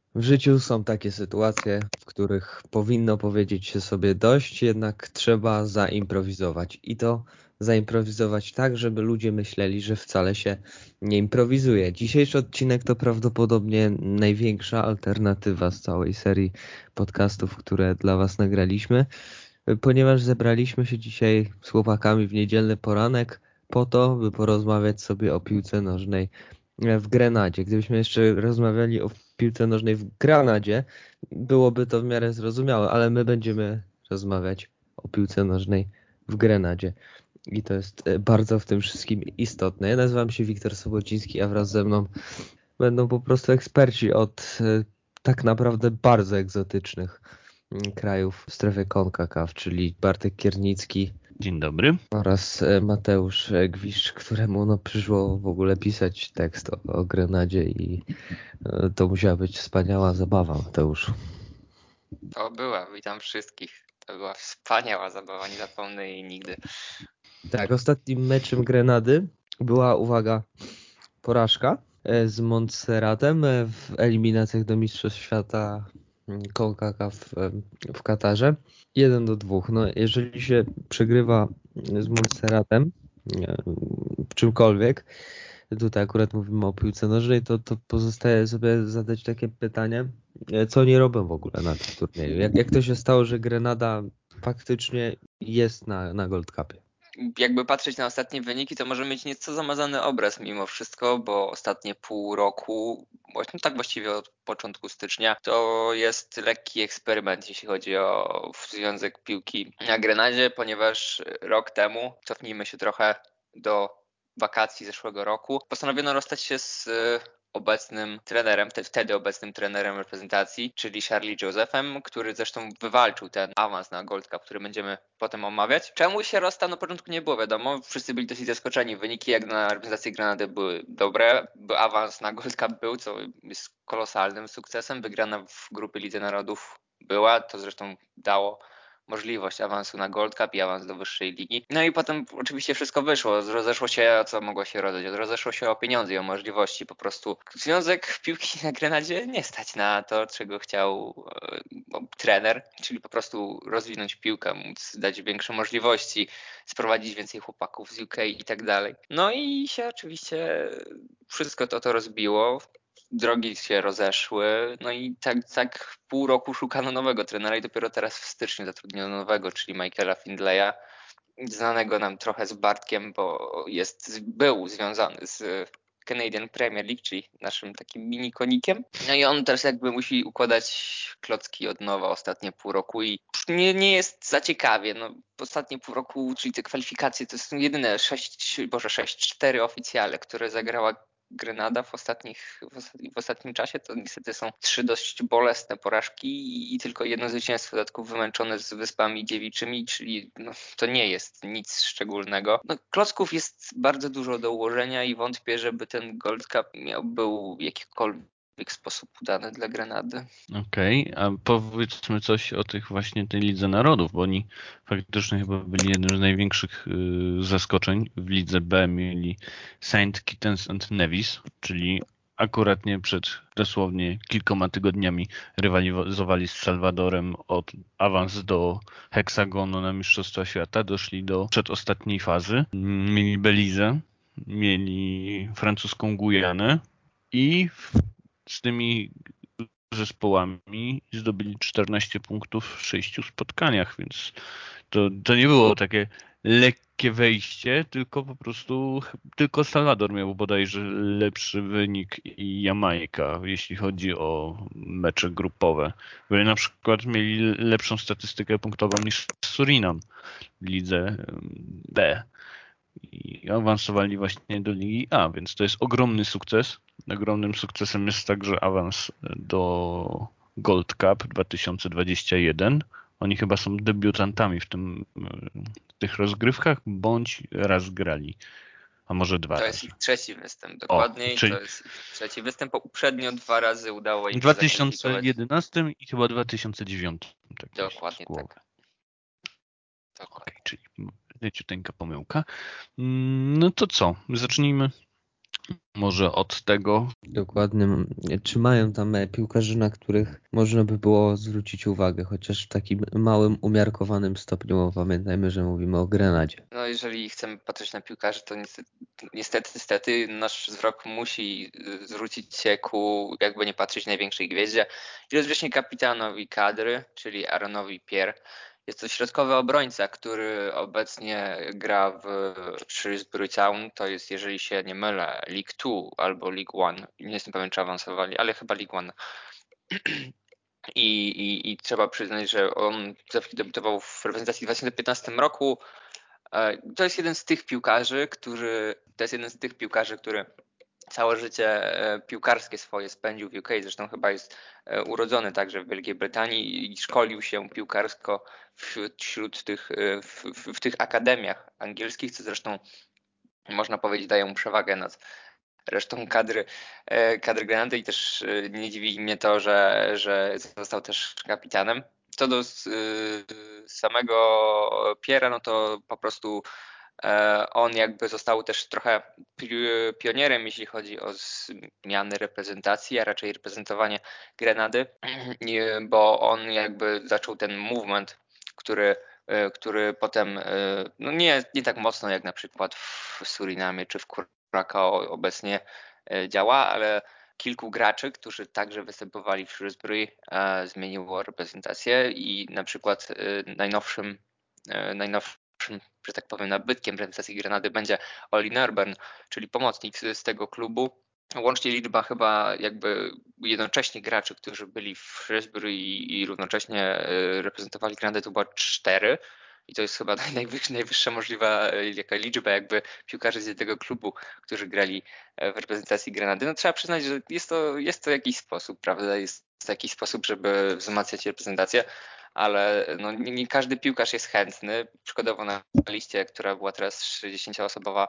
W życiu są takie sytuacje, w których powinno powiedzieć się sobie dość, jednak trzeba zaimprowizować. I to zaimprowizować tak, żeby ludzie myśleli, że wcale się nie improwizuje. Dzisiejszy odcinek to prawdopodobnie największa alternatywa z całej serii podcastów, które dla Was nagraliśmy, ponieważ zebraliśmy się dzisiaj z chłopakami w niedzielny poranek po to, by porozmawiać sobie o piłce nożnej w Grenadzie. Gdybyśmy jeszcze rozmawiali o piłce nożnej w Granadzie, byłoby to w miarę zrozumiałe, ale my będziemy rozmawiać o piłce nożnej w Grenadzie. I to jest bardzo w tym wszystkim istotne. Ja nazywam się Wiktor Sobociński, a wraz ze mną będą po prostu eksperci od tak naprawdę bardzo egzotycznych krajów w strefie CONCACAF, czyli Bartek Kiernicki. Dzień dobry. Oraz Mateusz Gwiszcz, któremu przyszło w ogóle pisać tekst o Grenadzie i to musiała być wspaniała zabawa, Mateuszu. To była, witam wszystkich. To była wspaniała zabawa, nie zapomnę jej nigdy. Tak, ostatnim meczem Grenady była, uwaga, porażka z Montserratem w eliminacjach do Mistrzostw Świata CONCACAF w Katarze. 1-2. No, jeżeli się przegrywa z Montserratem w czymkolwiek, tutaj akurat mówimy o piłce nożnej, to pozostaje sobie zadać takie pytanie, co nie robią w ogóle na tym turnieju? Jak to się stało, że Grenada faktycznie jest na Gold Cupie? Jakby patrzeć na ostatnie wyniki, to może mieć nieco zamazany obraz mimo wszystko, bo ostatnie pół roku, tak właściwie od początku stycznia, to jest lekki eksperyment, jeśli chodzi o Związek Piłki na Grenadzie, ponieważ rok temu, cofnijmy się trochę do wakacji zeszłego roku, postanowiono rozstać się z obecnym trenerem, wtedy obecnym trenerem reprezentacji, czyli Charlie Josephem, który zresztą wywalczył ten awans na Gold Cup, który będziemy potem omawiać. Czemu się rozstał? Na początku nie było wiadomo. Wszyscy byli dosyć zaskoczeni. Wyniki jak na reprezentację Grenady były dobre. Awans na Gold Cup był, co jest kolosalnym sukcesem. Wygrana w grupy Lidze Narodów była. To zresztą dało możliwość awansu na Gold Cup i awans do wyższej ligi. No i potem oczywiście wszystko wyszło. Rozeszło się, o co mogło się rodzić. Rozeszło się o pieniądze i o możliwości. Po prostu Związek Piłki na Grenadzie nie stać na to, czego chciał trener, czyli po prostu rozwinąć piłkę, móc dać większe możliwości, sprowadzić więcej chłopaków z UK i tak dalej. No i się oczywiście wszystko to rozbiło. Drogi się rozeszły, no i tak pół roku szukano nowego trenera i dopiero teraz w styczniu zatrudniono nowego, czyli Michaela Findlaya, znanego nam trochę z Bartkiem, bo był związany z Canadian Premier League, czyli naszym takim mini konikiem. No i on teraz jakby musi układać klocki od nowa ostatnie pół roku i nie jest za ciekawie. No, ostatnie pół roku, czyli te kwalifikacje, to są jedyne 6-4 oficjale, które zagrała Grenada w ostatnim czasie. To niestety są 3 dość bolesne porażki i tylko jedno zwycięstwo, w dodatku wymęczone z Wyspami Dziewiczymi, czyli to nie jest nic szczególnego. Klocków jest bardzo dużo do ułożenia i wątpię, żeby ten Gold Cup był w jakikolwiek sposób udany dla Grenady. Okej, a powiedzmy coś o tej Lidze Narodów, bo oni faktycznie chyba byli jednym z największych zaskoczeń. W Lidze B mieli Saint Kitts and Nevis, czyli akuratnie przed dosłownie kilkoma tygodniami rywalizowali z Salwadorem od awans do heksagonu na Mistrzostwa Świata. Doszli do przedostatniej fazy. Mieli Belizę, mieli francuską Gujanę i z tymi zespołami zdobyli 14 punktów w 6 spotkaniach, więc to nie było takie lekkie wejście, tylko po prostu tylko Salwador miał bodajże lepszy wynik i Jamajka, jeśli chodzi o mecze grupowe. Bo na przykład mieli lepszą statystykę punktową niż Surinam w lidze B i awansowali właśnie do Ligi A, więc to jest ogromny sukces. Ogromnym sukcesem jest także awans do Gold Cup 2021. Oni chyba są debiutantami w tych rozgrywkach, bądź raz grali, a może dwa razy. To jest ich trzeci występ, dokładniej. Czyli to jest ich trzeci występ, bo uprzednio 2 razy udało im w się zakwalifikować. 2011 i chyba 2009. Tak Dokładnie tak. Okej, czyli leciuteńka pomyłka. No to co? Zacznijmy Może od tego. Dokładnie. Czy mają tam piłkarzy, na których można by było zwrócić uwagę, chociaż w takim małym, umiarkowanym stopniu, bo pamiętajmy, że mówimy o Grenadzie. No jeżeli chcemy patrzeć na piłkarzy, to niestety nasz wzrok musi zwrócić się ku, jakby nie patrzeć, największej gwieździe i rozwiecznie kapitanowi kadry, czyli Aaronowi Pierre. Jest to środkowy obrońca, który obecnie gra w Shrewsbury Town. To jest, jeżeli się nie mylę, League 2 albo League 1. Nie jestem pewien, czy awansowali, ale chyba League 1. I trzeba przyznać, że on debiutował w reprezentacji w 2015 roku. To jest jeden z tych piłkarzy, który całe życie piłkarskie swoje spędził w UK. Zresztą chyba jest urodzony także w Wielkiej Brytanii i szkolił się piłkarsko wśród tych, w tych akademiach angielskich, co zresztą można powiedzieć daje mu przewagę nad resztą kadry Grenady i też nie dziwi mnie to, że został też kapitanem. Co do samego Piera, no to po prostu on jakby został też trochę pionierem, jeśli chodzi o zmiany reprezentacji, a raczej reprezentowanie Grenady, bo on jakby zaczął ten movement, który potem no nie tak mocno jak na przykład w Surinamie czy w Curacao obecnie działa, ale kilku graczy, którzy także występowali w Shrewsbury, zmieniło reprezentację i na przykład najnowszym, że tak powiem, nabytkiem reprezentacji Grenady będzie Oli Norburn, czyli pomocnik z tego klubu. Łącznie liczba chyba jakby jednocześnie graczy, którzy byli w Shrewsbury i równocześnie reprezentowali Grenadę, to była 4. I to jest chyba najwyższa możliwa jaka liczba jakby piłkarzy z jednego klubu, którzy grali w reprezentacji Grenady. No trzeba przyznać, że jest to jakiś sposób, prawda? Jest to jakiś sposób, żeby wzmacniać reprezentację, ale no, nie każdy piłkarz jest chętny. Przykładowo na liście, która była teraz 60-osobowa,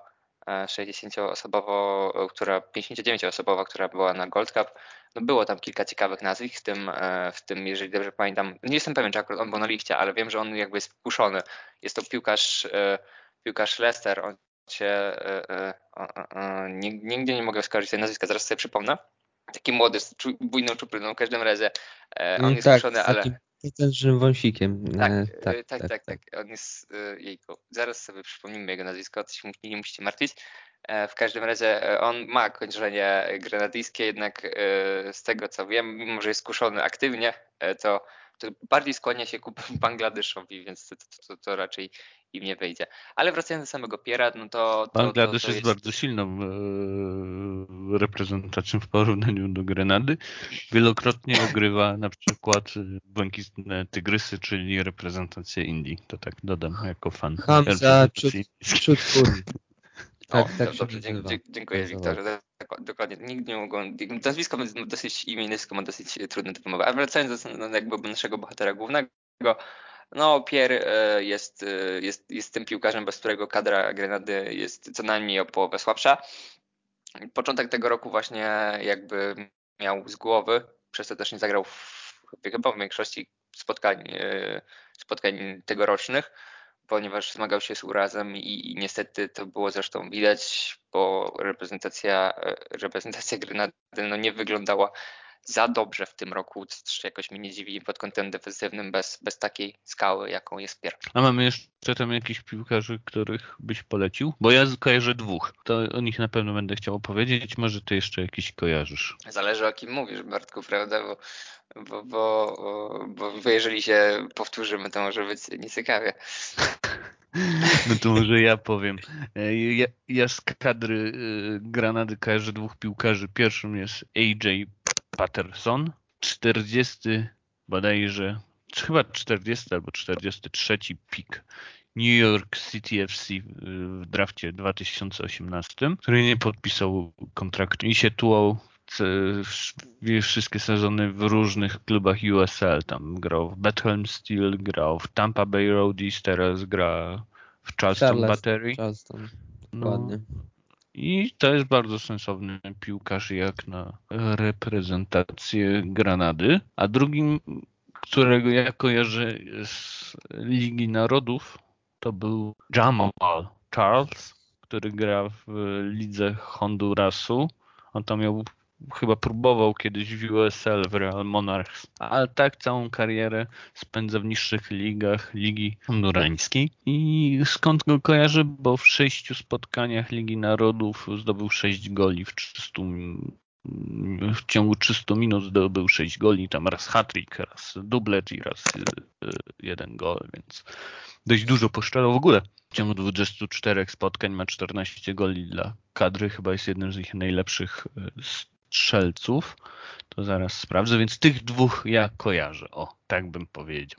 59-osobowa, która była na Gold Cup. No było tam kilka ciekawych nazwisk, w tym, jeżeli dobrze pamiętam, nie jestem pewien, czy akurat on był na liście, ale wiem, że on jakby jest wkuszony. Jest to piłkarz Leicester, on się nigdzie nie mogę wskazać tej nazwiska, zaraz sobie przypomnę. Taki młody, z bujną czupryną, w każdym razie on jest Tak, wkuszony, z ale takim potężnym wąsikiem. tak, Tak. on jest jejku. Zaraz sobie przypomnimy jego nazwisko, to się nie musicie martwić. W każdym razie on ma kończenie grenadyjskie, jednak z tego co wiem, mimo że jest kuszony aktywnie, to bardziej skłania się ku Bangladeszowi, więc to raczej im nie wyjdzie. Ale wracając do samego Piera, no to Bangladesz jest jest bardzo silną reprezentacją w porównaniu do Grenady. Wielokrotnie ogrywa na przykład Błękitne Tygrysy, czyli reprezentację Indii. To tak dodam jako fan Hamza reprezentacji indiskiej. Czutpur. O, Tak się dobrze, nazywa. dziękuję Wiktorze. Dokładnie, nikt nie mogło. Nazwisko dosyć, imię i nazwisko ma dosyć trudne do wymowy. A wracając do jakby naszego bohatera głównego, no Pierre jest tym piłkarzem, bez którego kadra Grenady jest co najmniej o połowę słabsza. Początek tego roku właśnie jakby miał z głowy, przez to też nie zagrał chyba w większości spotkań tegorocznych, ponieważ zmagał się z urazem i niestety to było zresztą widać, bo reprezentacja Grenady no nie wyglądała za dobrze w tym roku, co też jakoś mnie nie dziwi pod kątem defensywnym bez takiej skały, jaką jest Pierre. A mamy jeszcze tam jakichś piłkarzy, których byś polecił? Bo ja kojarzę 2. To o nich na pewno będę chciał opowiedzieć. Może ty jeszcze jakiś kojarzysz. Zależy o kim mówisz, Bartku, prawda? Bo jeżeli się powtórzymy, to może być nieciekawie. No to może ja powiem. Ja z kadry Granady kojarzę 2 piłkarzy. Pierwszym jest AJ Patterson, 40 bodajże, chyba 40 albo 43 pik New York City FC w drafcie 2018, który nie podpisał kontraktu i się tułał wszystkie sezony w różnych klubach USL. Tam grał w Bethlehem Steel, grał w Tampa Bay Roadies, teraz gra w Charleston Battery. Dokładnie. I to jest bardzo sensowny piłkarz jak na reprezentację Granady. A drugim, którego ja kojarzę z Ligi Narodów, to był Jamal Charles, który gra w lidze Hondurasu. On tam chyba próbował kiedyś w USL w Real Monarchs, ale tak całą karierę spędza w niższych ligach Ligi Hondurańskiej. I skąd go kojarzę? Bo w 6 spotkaniach Ligi Narodów zdobył 6 goli w ciągu 300 minut zdobył 6 goli, tam raz hat-trick, raz dublet i raz 1 gol, więc dość dużo poszczelał w ogóle. W ciągu 24 spotkań ma 14 goli dla kadry, chyba jest jednym z ich najlepszych strzelców. To zaraz sprawdzę, więc tych dwóch ja kojarzę. O, tak bym powiedział.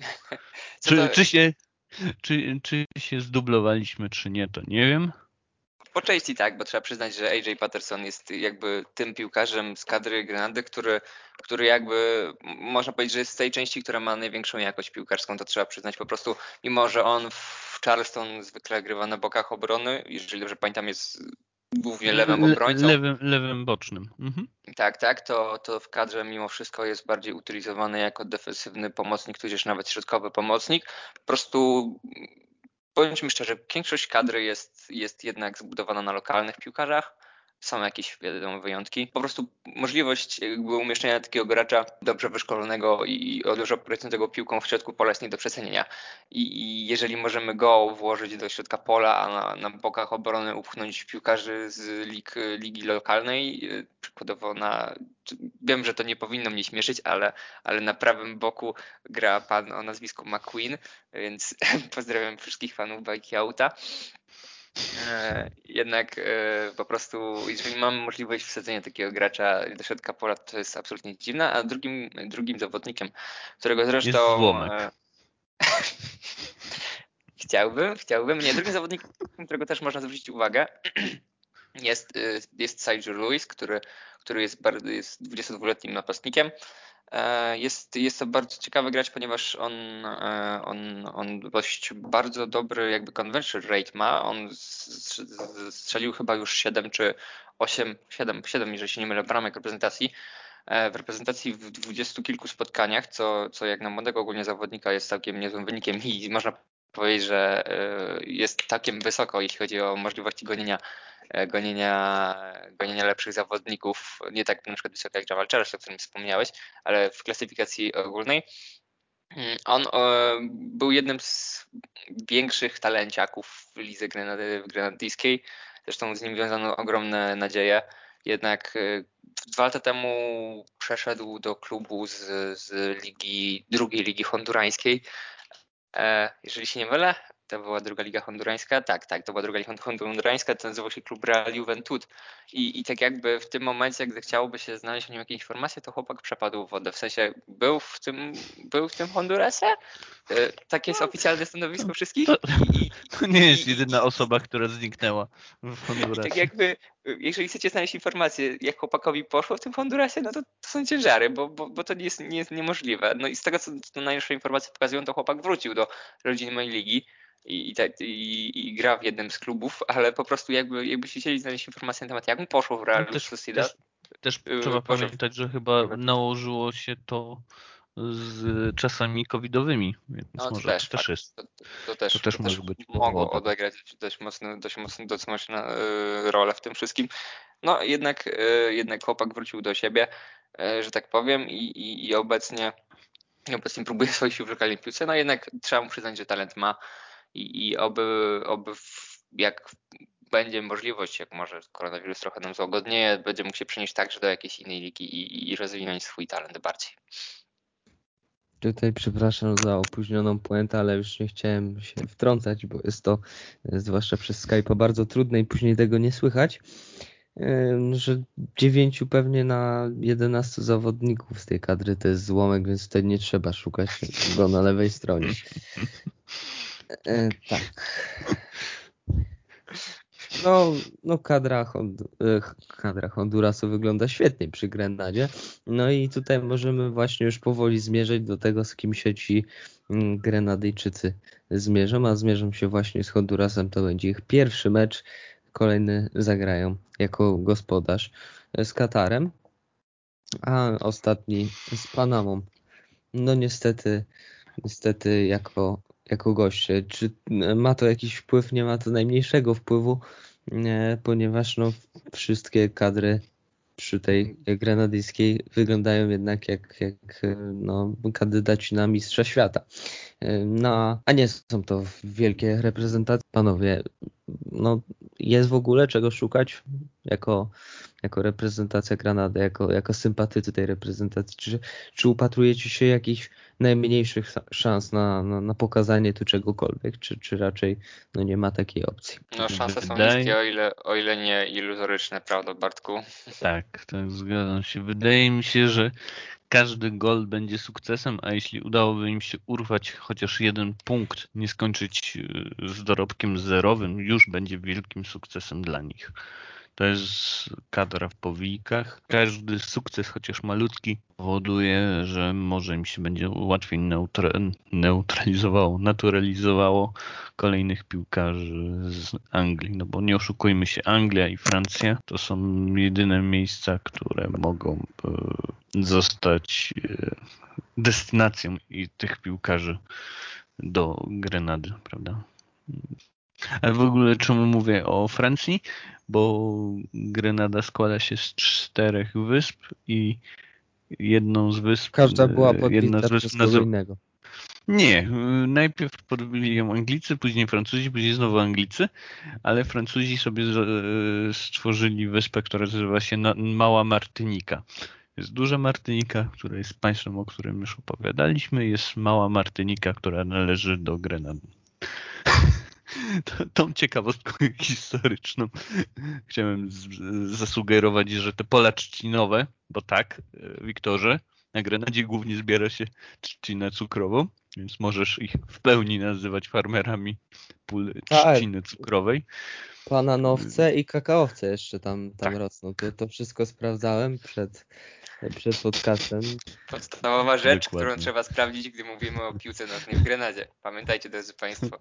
Czy się zdublowaliśmy, czy nie, to nie wiem. Po części tak, bo trzeba przyznać, że AJ Patterson jest jakby tym piłkarzem z kadry Grenady, który jakby można powiedzieć, że jest z tej części, która ma największą jakość piłkarską, to trzeba przyznać po prostu, mimo że on w Charleston zwykle grywa na bokach obrony, jeżeli dobrze pamiętam jest głównie lewym obrońcą. Lewym bocznym. Mhm. Tak, to w kadrze mimo wszystko jest bardziej utylizowany jako defensywny pomocnik, tudzież nawet środkowy pomocnik. Po prostu bądźmy szczerzy, większość kadry jest jednak zbudowana na lokalnych piłkarzach. Są jakieś wiadomo wyjątki. Po prostu możliwość jakby umieszczenia takiego gracza dobrze wyszkolonego i dobrze operującego piłką w środku pola jest nie do przecenienia. I jeżeli możemy go włożyć do środka pola, a na bokach obrony upchnąć piłkarzy z ligi lokalnej, przykładowo wiem, że to nie powinno mnie śmieszyć, ale na prawym boku gra pan o nazwisku McQueen, więc pozdrawiam wszystkich fanów bajki auta. Jednak po prostu, jeżeli mamy możliwość wsadzenia takiego gracza do środka pola, to jest absolutnie dziwne, a drugim zawodnikiem, którego zresztą... Jest Złomek. Chciałbym. Nie, drugim zawodnikiem, którego też można zwrócić uwagę, jest Sergio Luis, który jest 22-letnim napastnikiem. Jest to bardzo ciekawy gracz, ponieważ on dość bardzo dobry jakby conversion rate ma. On strzelił chyba już 7 czy 8, 7, jeżeli się nie mylę, bramek reprezentacji. W reprezentacji w 20 kilku spotkaniach, co jak na młodego ogólnie zawodnika jest całkiem niezłym wynikiem i można powiedzieć, że jest całkiem wysoko, jeśli chodzi o możliwości gonienia lepszych zawodników, nie tak na przykład wysoko jak Jamal Charles, o którym wspomniałeś, ale w klasyfikacji ogólnej. On był jednym z większych talenciaków w lidze grenadyjskiej, zresztą z nim wiązano ogromne nadzieje, jednak 2 lata temu przeszedł do klubu z drugiej ligi hondurańskiej. Jeżeli się nie mylę, to była druga liga hondurańska. Tak, to była druga liga hondurańska, to nazywał się klub Real Juventud. I tak jakby w tym momencie, gdy chciałoby się znaleźć o nim jakieś informacje, to chłopak przepadł w wodę. W sensie był w tym Hondurasie? Takie jest oficjalne stanowisko wszystkich? To nie jest jedyna osoba, która zniknęła w Hondurasie. I tak jakby, jeżeli chcecie znaleźć informacje, jak chłopakowi poszło w tym Hondurasie, no to są ciężary, bo to nie jest niemożliwe. No i z tego, co najnowsze informacje pokazują, to chłopak wrócił do rodzinnej ligi i gra w jednym z klubów, ale po prostu jakbyście chcieli znaleźć informacje na temat, jak mu poszło w Real Sociedad. Też trzeba pamiętać, że chyba nałożyło się to z czasami covidowymi, więc no, może to też jest. To też może być mogło powodem. odegrać dość mocną rolę w tym wszystkim. No jednak chłopak wrócił do siebie, że tak powiem, i obecnie próbuje swoich sił w lokalnej piłce. No jednak trzeba mu przyznać, że talent ma i oby jak będzie możliwość, jak może koronawirus trochę nam załagodnieje, będzie mógł się przenieść także do jakiejś innej ligi i rozwinąć swój talent bardziej. Tutaj przepraszam za opóźnioną puentę, ale już nie chciałem się wtrącać, bo jest to, zwłaszcza przez Skype'a, bardzo trudne i później tego nie słychać, że 9 pewnie na 11 zawodników z tej kadry to jest złomek, więc tutaj nie trzeba szukać go na lewej stronie. Tak. No kadra Hondurasu wygląda świetnie przy Grenadzie. No i tutaj możemy właśnie już powoli zmierzać do tego, z kim się ci Grenadyjczycy zmierzą, a zmierzą się właśnie z Hondurasem. To będzie ich pierwszy mecz. Kolejny zagrają jako gospodarz z Katarem, a ostatni z Panamą. No niestety jako goście. Czy ma to jakiś wpływ? Nie ma to najmniejszego wpływu. ponieważ no, wszystkie kadry przy tej grenadyjskiej wyglądają jednak jak no, kandydaci na mistrza świata. No, a nie są to wielkie reprezentacje. Panowie, no, jest w ogóle czego szukać jako reprezentacja Granady, jako sympatycy tej reprezentacji? Czy upatrujecie się jakichś najmniejszych szans na pokazanie tu czegokolwiek, czy raczej no, nie ma takiej opcji? No szanse są Wydaje- niskie, o ile nie iluzoryczne, prawda, Bartku? Tak, zgadzam się. Wydaje mi się, że każdy gol będzie sukcesem, a jeśli udałoby im się urwać chociaż jeden punkt, nie skończyć z dorobkiem zerowym, już będzie wielkim sukcesem dla nich. To jest kadra w powijkach. Każdy sukces, chociaż malutki, powoduje, że może im się będzie łatwiej naturalizowało kolejnych piłkarzy z Anglii. No bo nie oszukujmy się, Anglia i Francja to są jedyne miejsca, które mogą zostać destynacją i tych piłkarzy do Grenady, prawda? Ale w ogóle czemu mówię o Francji? Bo Grenada składa się z 4 wysp i jedną z wysp, Każda była jedna podbita z wysp przez kogo innego. Nie, najpierw podbili ją Anglicy, później Francuzi, później znowu Anglicy, ale Francuzi sobie stworzyli wyspę, która nazywa się Mała Martynika. Jest duża Martynika, która jest państwem, o którym już opowiadaliśmy, jest Mała Martynika, która należy do Grenady. Tą ciekawostką historyczną chciałem zasugerować, że te pola trzcinowe, bo tak, Wiktorze, na Grenadzie głównie zbiera się trzcinę cukrową, więc możesz ich w pełni nazywać farmerami pól Tak. trzciny cukrowej. Bananowce i kakaowce jeszcze tam Tak. rosną. To wszystko sprawdzałem przed podcastem. Podstawowa rzecz, Dokładnie. którą trzeba sprawdzić, gdy mówimy o piłce nożnej w Grenadzie. Pamiętajcie, drodzy Państwo.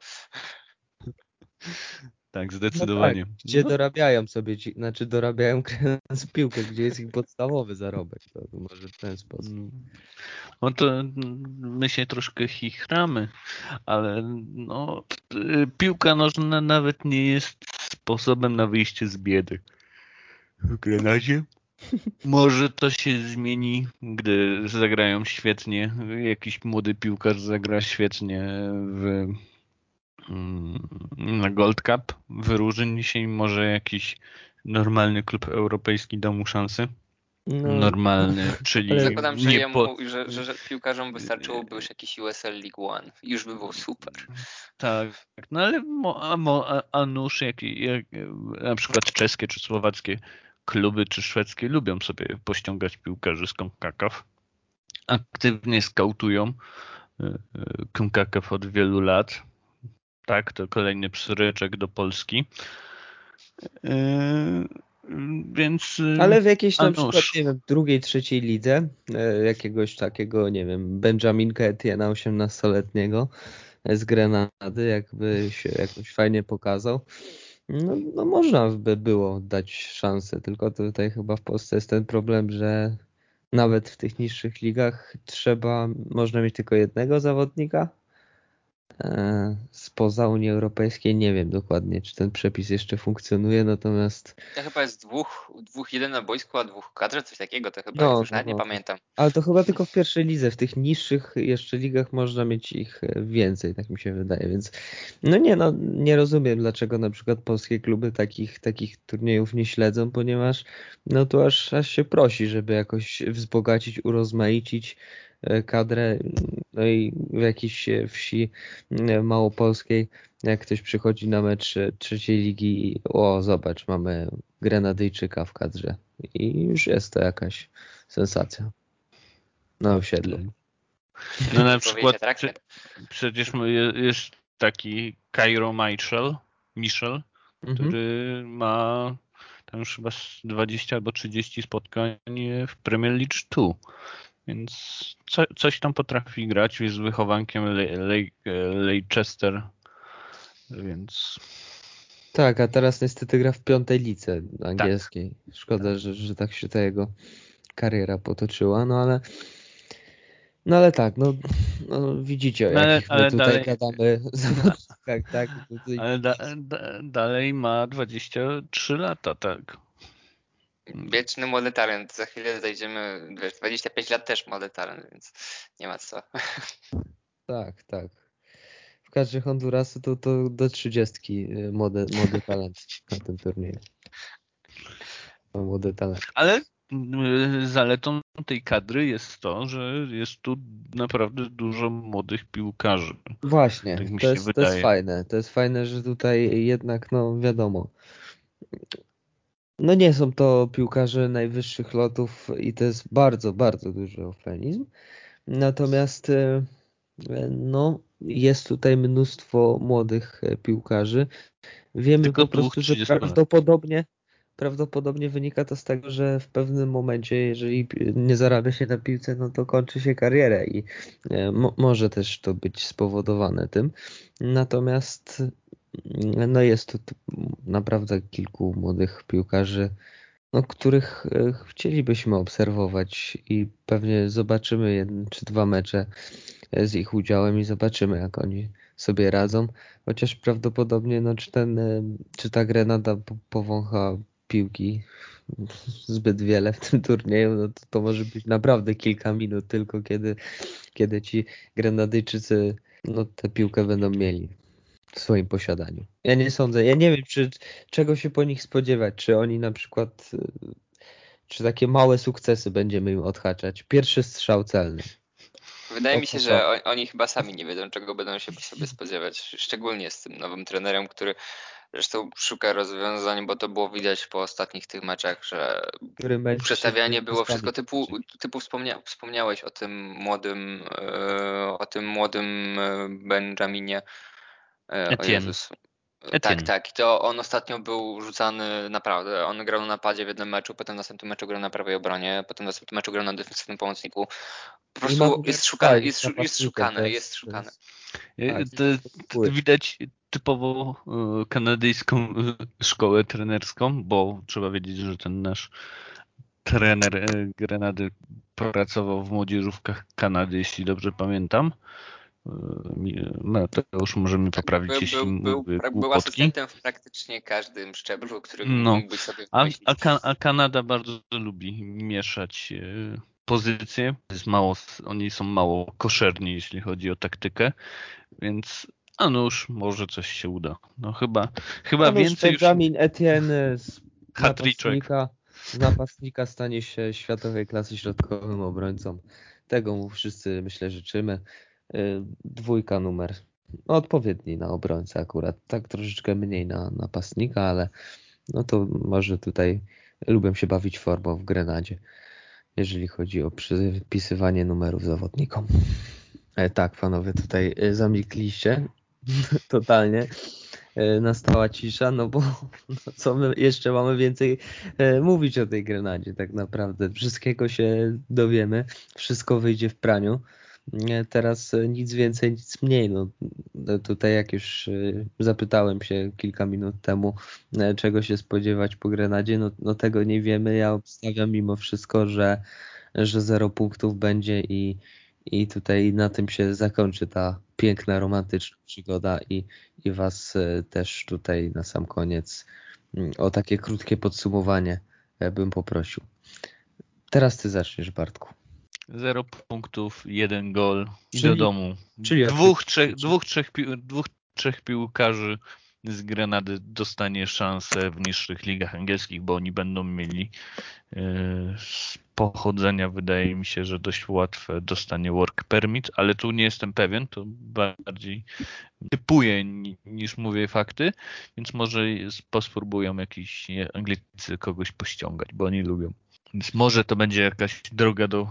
Tak, No zdecydowanie. tak, gdzie dorabiają sobie dorabiają grając w piłkę, gdzie jest ich podstawowy zarobek. To może w ten sposób. No to my się troszkę chichramy, ale no, piłka nożna nawet nie jest sposobem na wyjście z biedy. W Grenadzie może to się zmieni, gdy zagrają świetnie. Jakiś młody piłkarz zagra świetnie na Gold Cup. Wyróżni się i może jakiś normalny klub europejski da mu szansę. No, Normalny, czyli ale Zakładam, że, nie po... że piłkarzom wystarczyłoby już jakiś USL League One. I już by było super. Tak, no ale a nuż jak na przykład czeskie czy słowackie kluby czy szwedzkie lubią sobie pościągać piłkarzy z CONCACAF. Aktywnie skautują CONCACAF od wielu lat. Tak, to kolejny przyryczek do Polski. Więc ale w jakiejś a na nuż. przykład, nie wiem, drugiej, trzeciej lidze jakiegoś takiego, nie wiem, Benjaminka Etienne'a 18-letniego z Grenady, jakby się jakoś fajnie pokazał. No można by było dać szansę, tylko tutaj chyba w Polsce jest ten problem, że nawet w tych niższych ligach można mieć tylko jednego zawodnika spoza Unii Europejskiej. Nie wiem dokładnie, czy ten przepis jeszcze funkcjonuje, natomiast To chyba jest dwóch jeden na boisku, a dwóch w kadrze, coś takiego to chyba jest, już nawet nie pamiętam. Ale to chyba tylko w pierwszej lidze, w tych niższych jeszcze ligach można mieć ich więcej, tak mi się wydaje, więc nie rozumiem, dlaczego na przykład polskie kluby takich turniejów nie śledzą, ponieważ no tu aż się prosi, żeby jakoś wzbogacić, urozmaicić kadrę, no i w jakiejś wsi małopolskiej, jak ktoś przychodzi na mecz trzeciej ligi i zobacz, mamy Grenadyjczyka w kadrze i już jest to jakaś sensacja na osiedlu. No na Powiedzieć przykład atrakcja. przecież jest taki Cairo Michel, który ma tam już chyba 20 albo 30 spotkań w Premier League 2. Więc coś tam potrafi grać, jest wychowankiem Leicester, więc... Tak, a teraz niestety gra w 5. lidze angielskiej. Tak. Szkoda, że tak się ta jego kariera potoczyła, no ale tak, No, widzicie, o No, jakich my ale tutaj dalej, gadamy zawodnikach, tak? Tutaj dalej ma 23 lata, tak. Wieczny młody talent. Za chwilę zajdziemy, wiesz, 25 lat też młody talent, więc nie ma co. tak, tak. W kadrze Hondurasu to do 30 młody talent na tym turnieju. Młody talent. Ale zaletą tej kadry jest to, że jest tu naprawdę dużo młodych piłkarzy. Właśnie, Tak mi to się jest wydaje. fajne. To jest fajne, że tutaj jednak, no wiadomo, no nie są to piłkarze najwyższych lotów i to jest bardzo, bardzo duży eufemizm. Natomiast no, jest tutaj mnóstwo młodych piłkarzy. Wiemy Tylko po dwóch prostu, że 30 lat. prawdopodobnie wynika to z tego, że w pewnym momencie, jeżeli nie zarabia się na piłce, no to kończy się karierę i może też to być spowodowane tym. Natomiast no jest tu naprawdę kilku młodych piłkarzy, no, których chcielibyśmy obserwować i pewnie zobaczymy 1 czy 2 mecze z ich udziałem i zobaczymy, jak oni sobie radzą. Chociaż prawdopodobnie, no, czy ta Grenada powącha piłki zbyt wiele w tym turnieju, no to może być naprawdę kilka minut tylko, kiedy ci Grenadyjczycy no, tę piłkę będą mieli w swoim posiadaniu. Ja nie sądzę, ja nie wiem, czego się po nich spodziewać, czy oni na przykład, czy takie małe sukcesy będziemy im odhaczać. Pierwszy strzał celny. Wydaje mi się, że Około. oni chyba sami nie wiedzą, czego będą się po sobie spodziewać. Szczególnie z tym nowym trenerem, który zresztą szuka rozwiązań, bo to było widać po ostatnich tych meczach, że Który mecz się przestawianie było wszystko postawić. typu wspomniałeś o tym młodym Benjaminie. O Etienne. Jezus. Tak, Etienne. tak. I to on ostatnio był rzucany naprawdę. On grał na napadzie w jednym meczu, potem w następnym meczu grał na prawej obronie, potem w następnym meczu grał na defensywnym pomocniku. Po I ma prostu numer jest szukany, 2, jest napastnikiem, jest szukany. tak, To widać typowo kanadyjską szkołę trenerską, bo trzeba wiedzieć, że ten nasz trener Grenady pracował w młodzieżówkach Kanady, jeśli dobrze pamiętam. Mateusz może mnie poprawić, jeśli mówię Był głupotki. asystentem w praktycznie każdym szczeblu, który No, mógłbyś sobie a wymyślić. Kanada bardzo lubi mieszać pozycje. Oni są mało koszerni, jeśli chodzi o taktykę, więc a nuż, może coś się uda. No chyba Janusz więcej już Benjamin Etienne hat-triczek. z napastnika stanie się światowej klasy środkowym obrońcą. Tego mu wszyscy, myślę, życzymy. 2 numer. No, odpowiedni na obrońcę akurat. Tak troszeczkę mniej na napastnika, ale no to może tutaj lubię się bawić formą w Grenadzie, jeżeli chodzi o przypisywanie numerów zawodnikom. Tak, panowie, tutaj zamilkliście totalnie. Nastała cisza, no bo no co my jeszcze mamy więcej mówić o tej Grenadzie tak naprawdę. Wszystkiego się dowiemy, wszystko wyjdzie w praniu. Teraz nic więcej, nic mniej. No, tutaj jak już zapytałem się kilka minut temu, czego się spodziewać po Grenadzie, no tego nie wiemy. Ja obstawiam mimo wszystko, że 0 punktów będzie i tutaj na tym się zakończy ta piękna, romantyczna przygoda i was też tutaj na sam koniec o takie krótkie podsumowanie bym poprosił. Teraz ty zaczniesz, Bartku. 0 punktów, 1 gol i do Czyli- domu. czyli Dwóch, trzech piłkarzy z Grenady dostanie szansę w niższych ligach angielskich, bo oni będą mieli z pochodzenia, wydaje mi się, że dość łatwe dostanie work permit, ale tu nie jestem pewien, to bardziej typuję niż mówię fakty, więc może spróbują jakiś Anglicy kogoś pościągać, bo oni lubią. Więc może to będzie jakaś droga do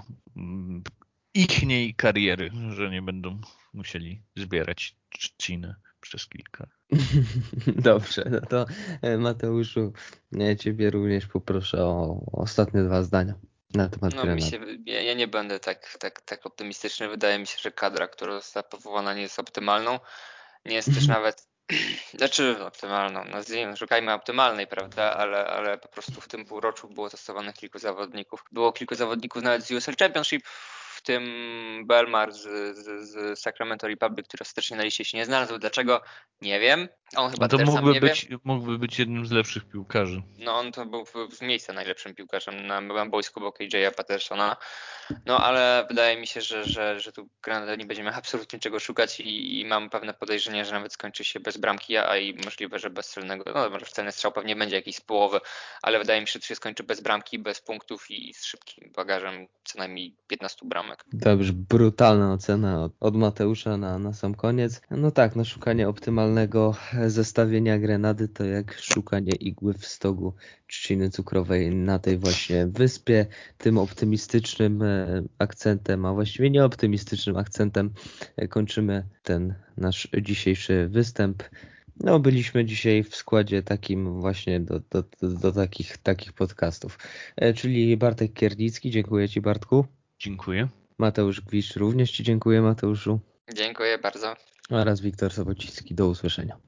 ichniej kariery, że nie będą musieli zbierać trzciny przez kilka. Dobrze, no to Mateuszu, ciebie również poproszę o ostatnie 2 zdania na temat No Grenady. ja nie będę tak optymistyczny. Wydaje mi się, że kadra, która została powołana, nie jest optymalną. Nie jest też nawet, znaczy optymalną, nazwijmy, szukajmy optymalnej, prawda, ale po prostu w tym półroczu było testowanych kilku zawodników. Było kilku zawodników nawet z USL Championship tym Belmar z Sacramento Republic, który ostatecznie na liście się nie znalazł. Dlaczego? Nie wiem. On chyba No to też sam nie wie. mógłby być jednym z lepszych piłkarzy. No on to był w miejsca najlepszym piłkarzem na boisku obok AJ'a Pattersona. No ale wydaje mi się, że tu Granada nie będzie miał absolutnie czego szukać i mam pewne podejrzenie, że nawet skończy się bez bramki, a i możliwe, że bez celnego. No może celny strzał pewnie będzie jakiś z połowy, ale wydaje mi się, że to się skończy bez bramki, bez punktów i z szybkim bagażem co najmniej 15 bramek. Dobrze, brutalna ocena od Mateusza na sam koniec. No tak, no szukanie optymalnego zestawienia Grenady to jak szukanie igły w stogu trzciny cukrowej na tej właśnie wyspie. Tym optymistycznym akcentem, a właściwie nieoptymistycznym akcentem kończymy ten nasz dzisiejszy występ. No, byliśmy dzisiaj w składzie takim właśnie do takich podcastów. Czyli Bartek Kiernicki, dziękuję Ci, Bartku. Dziękuję. Mateusz Gwiszcz, również Ci dziękuję, Mateuszu. Dziękuję bardzo. Oraz Wiktor Sobociński. Do usłyszenia.